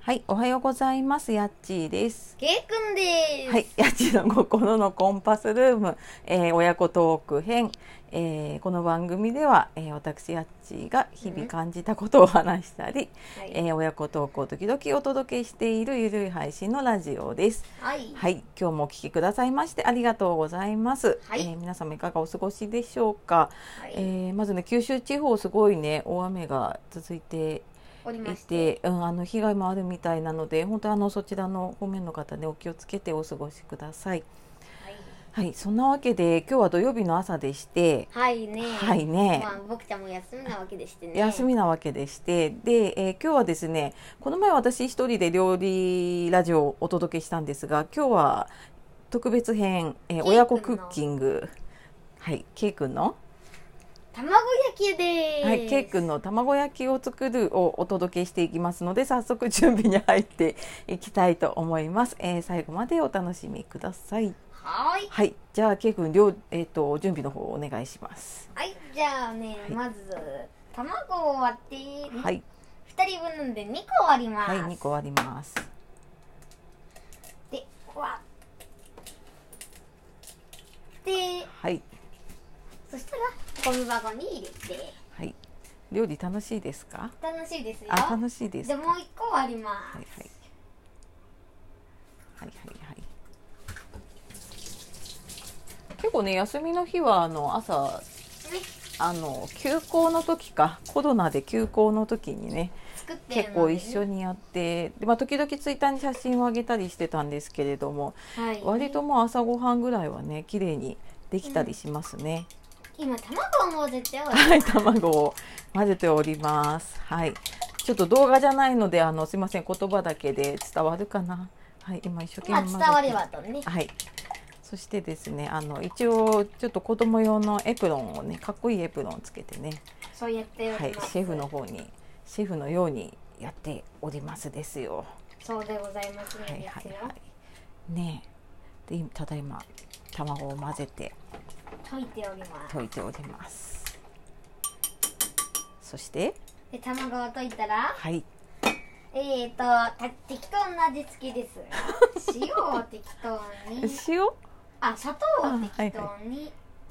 はい、おはようございます。やっちーです。 けいくんです。 はい、やっちーの心のコンパスルーム、親子トーク編、この番組では、私やっちーが日々感じたことを話したり、親子トークを時々お届けしているゆるい配信のラジオです。 はい、 はい、今日もお聞きくださいましてありがとうございます。 はい、 皆様いかがお過ごしでしょうか。 はい、 まずね、九州地方すごいね大雨が続いていて、被害もあるみたいなので、本当そちらの方面の方ね、お気をつけてお過ごしください。はい、はい、そんなわけで今日は土曜日の朝でして、 はいね、 はいね、 まあ、僕ちゃんも休みなわけでしてね。 休みなわけでして、で、今日はですね、この前私一人で料理ラジオをお届けしたんですが、今日は特別編、親子クッキング、はい、ケイ君の卵焼きです。 はい、ケイ君の卵焼きを作るをお届けしていきますので、早速準備に入っていきたいと思います。最後までお楽しみください。 はい。 はい、じゃあケイ君準備の方お願いします。 はい、じゃあね、まず卵を割って、 はい、 2人分なんで2個割ります。 はい、2個割ります。 で、割って、 はい。 そしたらゴミ箱に入れて。 はい。料理楽しいですか？ 楽しいですよ。 あ、楽しいですか。 でもう1個割ります。 はいはい。はいはいはい。結構ね、休みの日は朝、休校の時か、コロナで休校の時にね、結構一緒にやってで、時々ツイッターに写真を上げたりしてたんですけれども、割ともう朝ごはんぐらいはね綺麗にできたりしますね。 今卵を混ぜております。 はい、卵を混ぜております。はい、ちょっと動画じゃないのですいません、言葉だけで伝わるかな。はい、今一生懸命混ぜて、 伝わればとね。 はい。そしてですね、一応ちょっと子供用のエプロンをね、かっこいいエプロンをつけてね、 そうやっております。 はい、シェフの方にシェフのようにやっておりますですよ。 そうでございますね。 はいはいはい。ねえ、でただいま卵を混ぜて溶いております。 溶いております。そしてで卵を溶いたら、 はい。 適当な味付けです。塩を適当に。 塩？ 砂糖を適当に。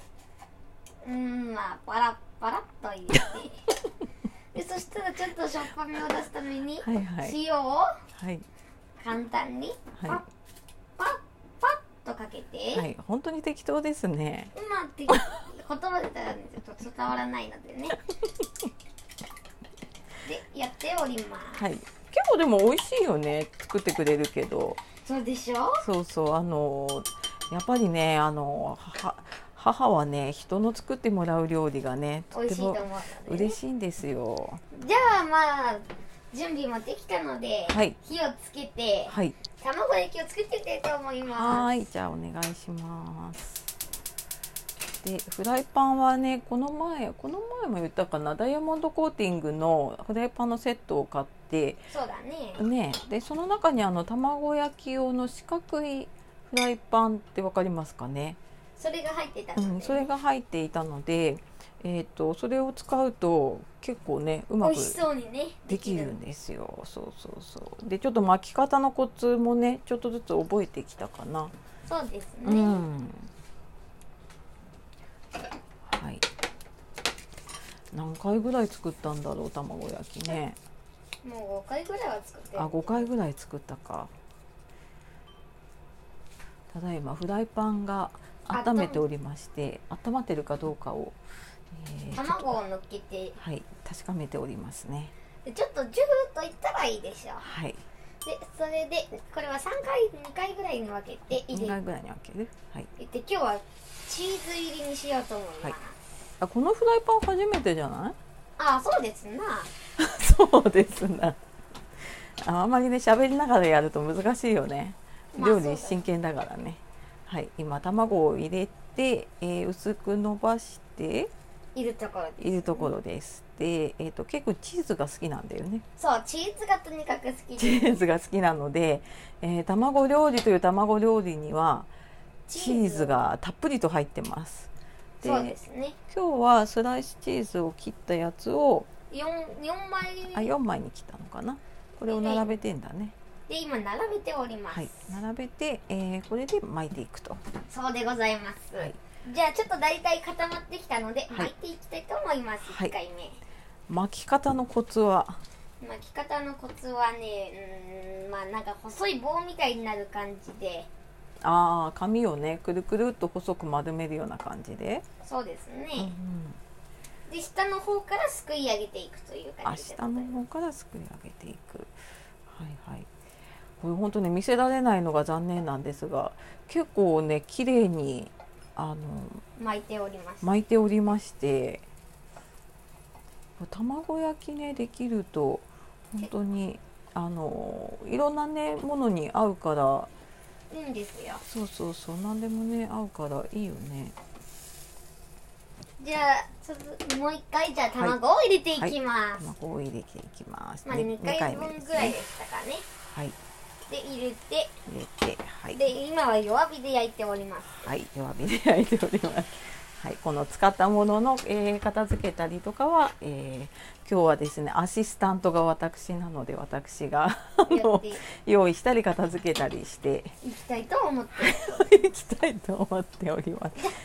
まあパラパラっと入れて。でそしたらちょっとしょっぱみを出すために、塩を簡単にパッパッパッとかけて、 はい、本当に適当ですね。 今って言葉でたらちょっと伝わらないのでね。でやっております。 はい、結構でも美味しいよね、作ってくれるけど。 そうでしょ。 そうそう、やっぱりね母はね、人の作ってもらう料理がねとても嬉しいんですよ。 じゃあまあ準備もできたので、火をつけて、卵焼きを作っていきたいと思います。 はい、じゃあお願いします。でフライパンはね、この前も言ったかな、ダイヤモンドコーティングのフライパンのセットを買って、 そうだね。 でその中に卵焼き用の四角いフライパンってわかりますかね。 それが入っていたので、 それが入っていたので、それを使うと結構ねうまくできるんですよ。そうそうそう。でちょっと巻き方のコツもねちょっとずつ覚えてきたかな。 そうですね。 はい。何回ぐらい作ったんだろう、卵焼きね。 もう5回ぐらいは作ってる。 5回ぐらい作ったか。ただいまフライパンが温めておりまして、温まってるかどうかを、 卵を乗っけて、 確かめておりますね。 でちょっとジューッといったらいいでしょう。 はい。 でそれでこれは2回ぐらいに分けて入れて、 2回ぐらいに分ける。はい。 で今日はチーズ入りにしようと思います。 このフライパン初めてじゃない？ そうですな。 そうですな。あまりね喋りながらやると難しいよね。料理真剣だからね。はい、今卵を入れて、薄く伸ばしているところです。 で、結構チーズが好きなんだよね。 そう、チーズがとにかく好きです。 チーズが好きなので、卵料理という卵料理にはチーズがたっぷりと入ってます。で、 そうですね。 今日はスライスチーズを切ったやつを 4枚 4枚に切ったのかな。 これを並べてんだね。 で今並べております。 はい、並べて、これで巻いていくと。 そうでございます。はい、じゃあちょっとだいたい固まってきたので、巻いていきたいと思います。1回目。 巻き方のコツは？ 巻き方のコツはね、まあなんか細い棒みたいになる感じで。 ああ、紙をねくるくるっと細く丸めるような感じで。 そうですね。で下の方からすくい上げていくという感じで。 下の方からすくい上げていく。はいはい。これ本当ね見せられないのが残念なんですが、結構ね綺麗に巻いております。 巻いておりまして、卵焼きねできると本当にいろんなねものに合うから。 いいんですよ。 そうそうそう、何でもね合うからいいよね。 じゃあもう一回じゃあ卵を入れていきます。 卵を入れていきます。 まあ2回分ぐらいでしたかね。 はい。 で入れて、 はい。 で今は弱火で焼いております。 はい、弱火で焼いております。はい、この使ったものの、片付けたりとかは、今日はですねアシスタントが私なので、私が用意したり片付けたりしていきたいと思っていきたいと思っております。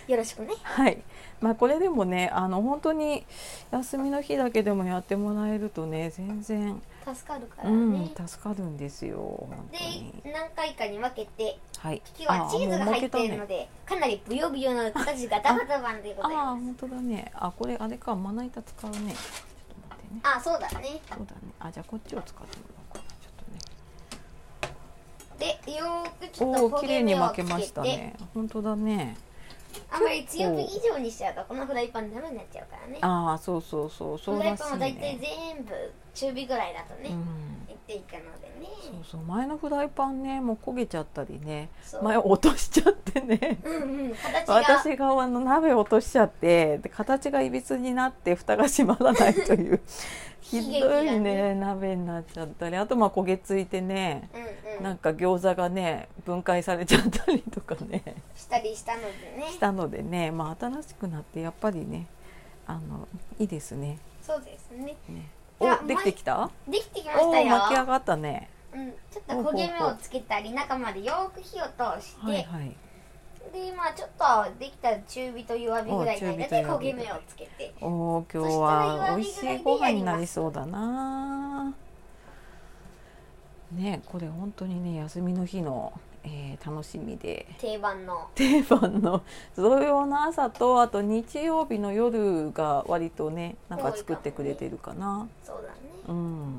よろしくね。 はい。まあこれでもね本当に休みの日だけでもやってもらえるとね全然助かるからね。 助かるんですよ。 で何回かに分けて、 はい、 今日はチーズが入っているので、かなりブヨブヨの形がダバダバンでございます。 本当だね。これあれか、まな板使うね。ちょっと待ってね。 そうだね。 そうだね。じゃあこっちを使ってもらおうかな。ちょっとね。でよーくちょっと焦げ目をつけて。綺麗に巻けましたね。 本当だね。 あまり強火以上にしちゃうとこのフライパンダメになっちゃうからね。 そうそうそう、 フライパンはだいたい全部中火ぐらいだとね、いっていたのでね。 そう前のフライパンねもう焦げちゃったりね、前落としちゃってね、私が鍋落としちゃって、で形がいびつになって蓋が閉まらないというひどいね鍋になっちゃったり、あと焦げついてね、なんか餃子がね分解されちゃったりとかねしたのでね、新しくなってやっぱりねいいですね。 そうですね。 できてきた？ できてきましたよ。 巻き上がったね。 ちょっと焦げ目をつけたり中までよく火を通して、でちょっとできたら中火と弱火ぐらいの間で焦げ目をつけて、 今日は美味しいご飯になりそうだなね。これ本当にね休みの日の楽しみで定番の土曜の朝とあと日曜日の夜が割とねなんか作ってくれてるかな。 そうだね。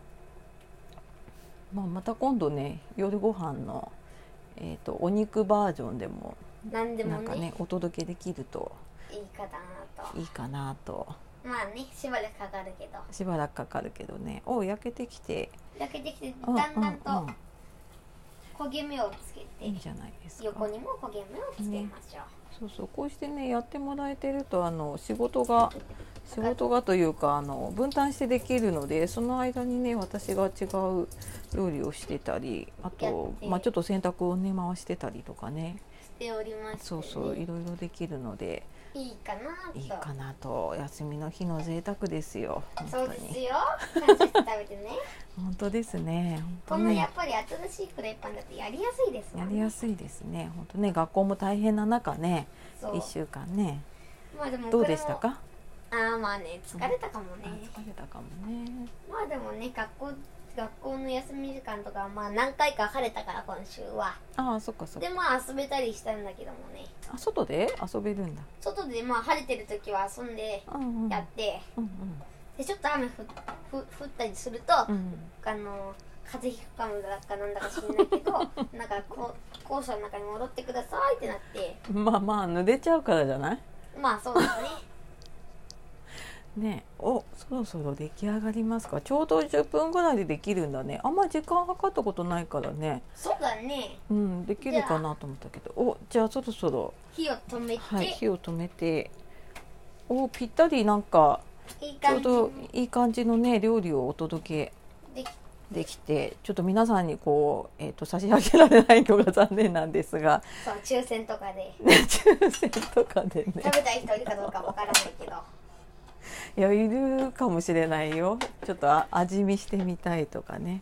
また今度ね夜ご飯のお肉バージョンでもなんかねお届けできるといいかなと。まあねしばらくかかるけどね。焼けてきてだんだんと焦げ目をつけて、 いいんじゃないですか。 横にも焦げ目をつけましょう。 そうそう、こうしてねやってもらえてると仕事がというか分担してできるので、その間にね私が違う料理をしてたり、あとちょっと洗濯をね回してたりとかねしておりまして、 そうそういろいろできるのでいいかなと休みの日の贅沢ですよ。 そうですよ。感謝して食べてね。 本当ですね。 このやっぱり新しいフライパンだとやりやすいですもんね。 やりやすいですね。本当ね学校も大変な中ね1週間ね。 でもどうでしたか？ まあね疲れたかもね。でもね学校の休み時間とか何回か晴れたから今週は。 そっかそっか。 で遊べたりしたんだけどもね。 外で遊べるんだ。 外で晴れてる時は遊んでやって、でちょっと雨降ったりすると、風邪ひくかもだかなんだか知らないけどなんか校舎の中に戻ってくださいってなって、 濡れちゃうからじゃない？ そうですね。 ね、そろそろ出来上がりますか？ちょうど10分ぐらいでできるんだね。あんまり時間計ったことないからね。 そうだね。 できるかなと思ったけど、じゃあそろそろ火を止めて、 ぴったりなんかちょうどいい感じのね料理をお届けできて、ちょっと皆さんに差し上げられないのが残念なんですが、 抽選とかでね食べたい人いるかどうかわからないけど。 いるかもしれないよ。ちょっと味見してみたいとかね。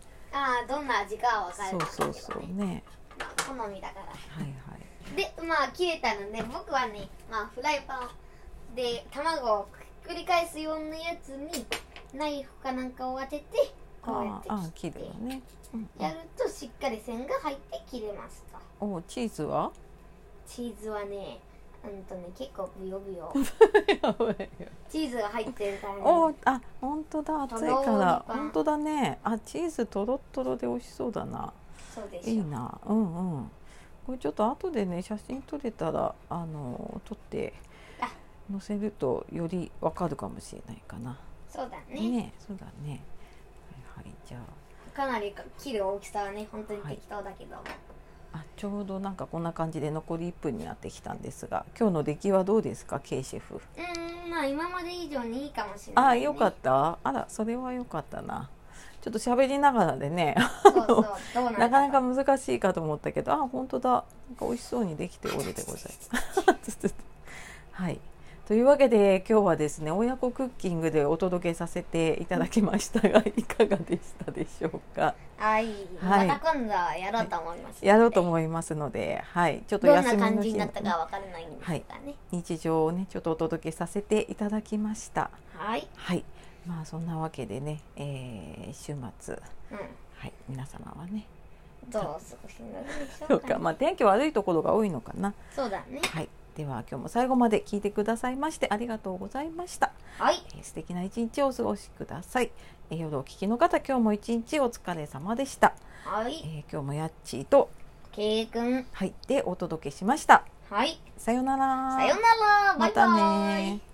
あどんな味かは分かるんだけどね。 そうね、 まあ好みだから。 はいはい。 でまあ切れたので、僕はね、まあフライパンで卵を繰り返すようなやつにナイフかなんかを当ててこうやって切って切るよね、 やるとしっかり線が入って切れますと。 おチーズは？ チーズはね、結構ブヨブヨやばいよ。 チーズが入ってるからね。 本当だ、熱いから本当だね。チーズとろっとろで美味しそうだな。 そうでしょ。 いいな。これちょっと後でね写真撮れたら撮って載せるとよりわかるかもしれないかな。 そうだね。 そうだね。はい、じゃあかなり切る大きさはね本当に適当だけど、 ちょうどなんかこんな感じで残り1分になってきたんですが、今日の出来はどうですか、Kシェフ？ まあ今まで以上にいいかもしれないね。 よかった。それはよかったな。ちょっと喋りながらでねなかなか難しいかと思ったけど、本当だ、なんか美味しそうにできておるでございますはい、というわけで今日はですね親子クッキングでお届けさせていただきましたがいかがでしたでしょうか？ はい、また今度はやろうと思います、 やろうと思いますので、ちょっと休みの日どんな感じになったかわからないんですがね、 日常をねちょっとお届けさせていただきました。 はい、 まあそんなわけでね、週末、皆様はねどう過ごしのでしょうか。 天気悪いところが多いのかな。 そうだね。 では今日も最後まで聞いてくださいましてありがとうございました。素敵な一日をお過ごしください。夜お聞きの方、今日も一日お疲れ様でした。今日もやっちーと K 君でお届けしました。 さよなら。 さよなら。 バイバイ。 またね。